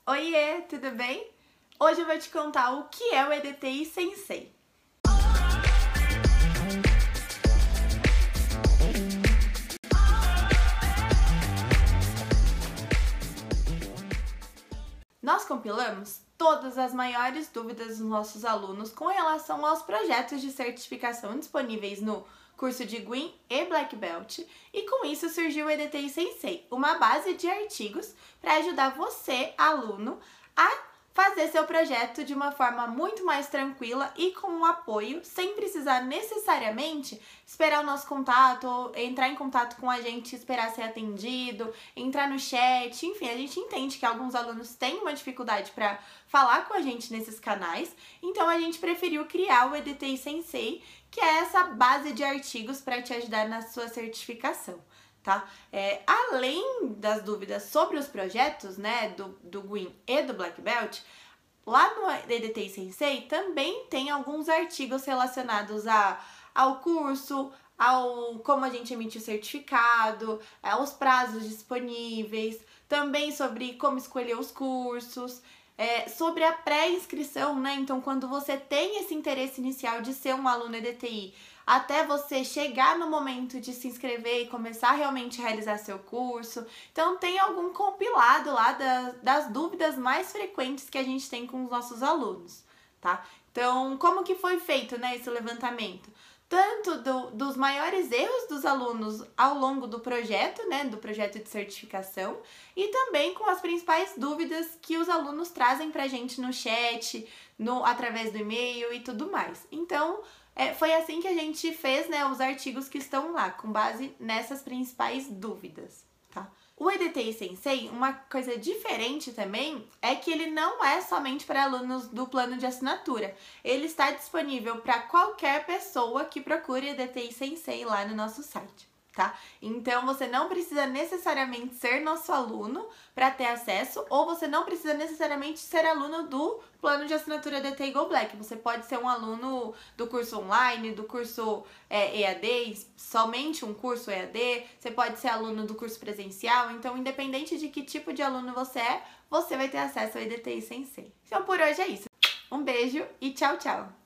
Oiê, tudo bem? Hoje eu vou te contar o que é o EDTI Sensei. Nós compilamos todas as maiores dúvidas dos nossos alunos com relação aos projetos de certificação disponíveis no curso de Green e Black Belt, e com isso surgiu o EDTI Sensei, uma base de artigos para ajudar você, aluno, a fazer seu projeto de uma forma muito mais tranquila e com um apoio, sem precisar necessariamente esperar o nosso contato, ou entrar em contato com a gente, esperar ser atendido, entrar no chat, enfim, a gente entende que alguns alunos têm uma dificuldade para falar com a gente nesses canais, então a gente preferiu criar o EDTI Sensei, que é essa base de artigos para te ajudar na sua certificação. Tá? Além das dúvidas sobre os projetos, né, do Green e do Black Belt, lá no EDTI Sensei também tem alguns artigos relacionados ao curso, ao como a gente emite o certificado, aos prazos disponíveis, também sobre como escolher os cursos, sobre a pré-inscrição, né? Então, quando você tem esse interesse inicial de ser um aluno EDTI, até você chegar no momento de se inscrever e começar realmente a realizar seu curso. Então, tem algum compilado lá das dúvidas mais frequentes que a gente tem com os nossos alunos, tá? Então, como que foi feito, né, esse levantamento? Tanto dos maiores erros dos alunos ao longo do projeto, né, do projeto de certificação, e também com as principais dúvidas que os alunos trazem pra gente no chat, através do e-mail e tudo mais. Então, foi assim que a gente fez, né, os artigos que estão lá, com base nessas principais dúvidas, tá? O EDTI Sensei, uma coisa diferente também, é que ele não é somente para alunos do plano de assinatura. Ele está disponível para qualquer pessoa que procure EDTI Sensei lá no nosso site, tá? Então, você não precisa necessariamente ser nosso aluno para ter acesso, ou você não precisa necessariamente ser aluno do plano de assinatura EDTI Go Black. Você pode ser um aluno do curso online, do curso EAD, somente um curso EAD, você pode ser aluno do curso presencial. Então, independente de que tipo de aluno você é, você vai ter acesso ao EDTI Sensei. Então, por hoje é isso. Um beijo e tchau, tchau!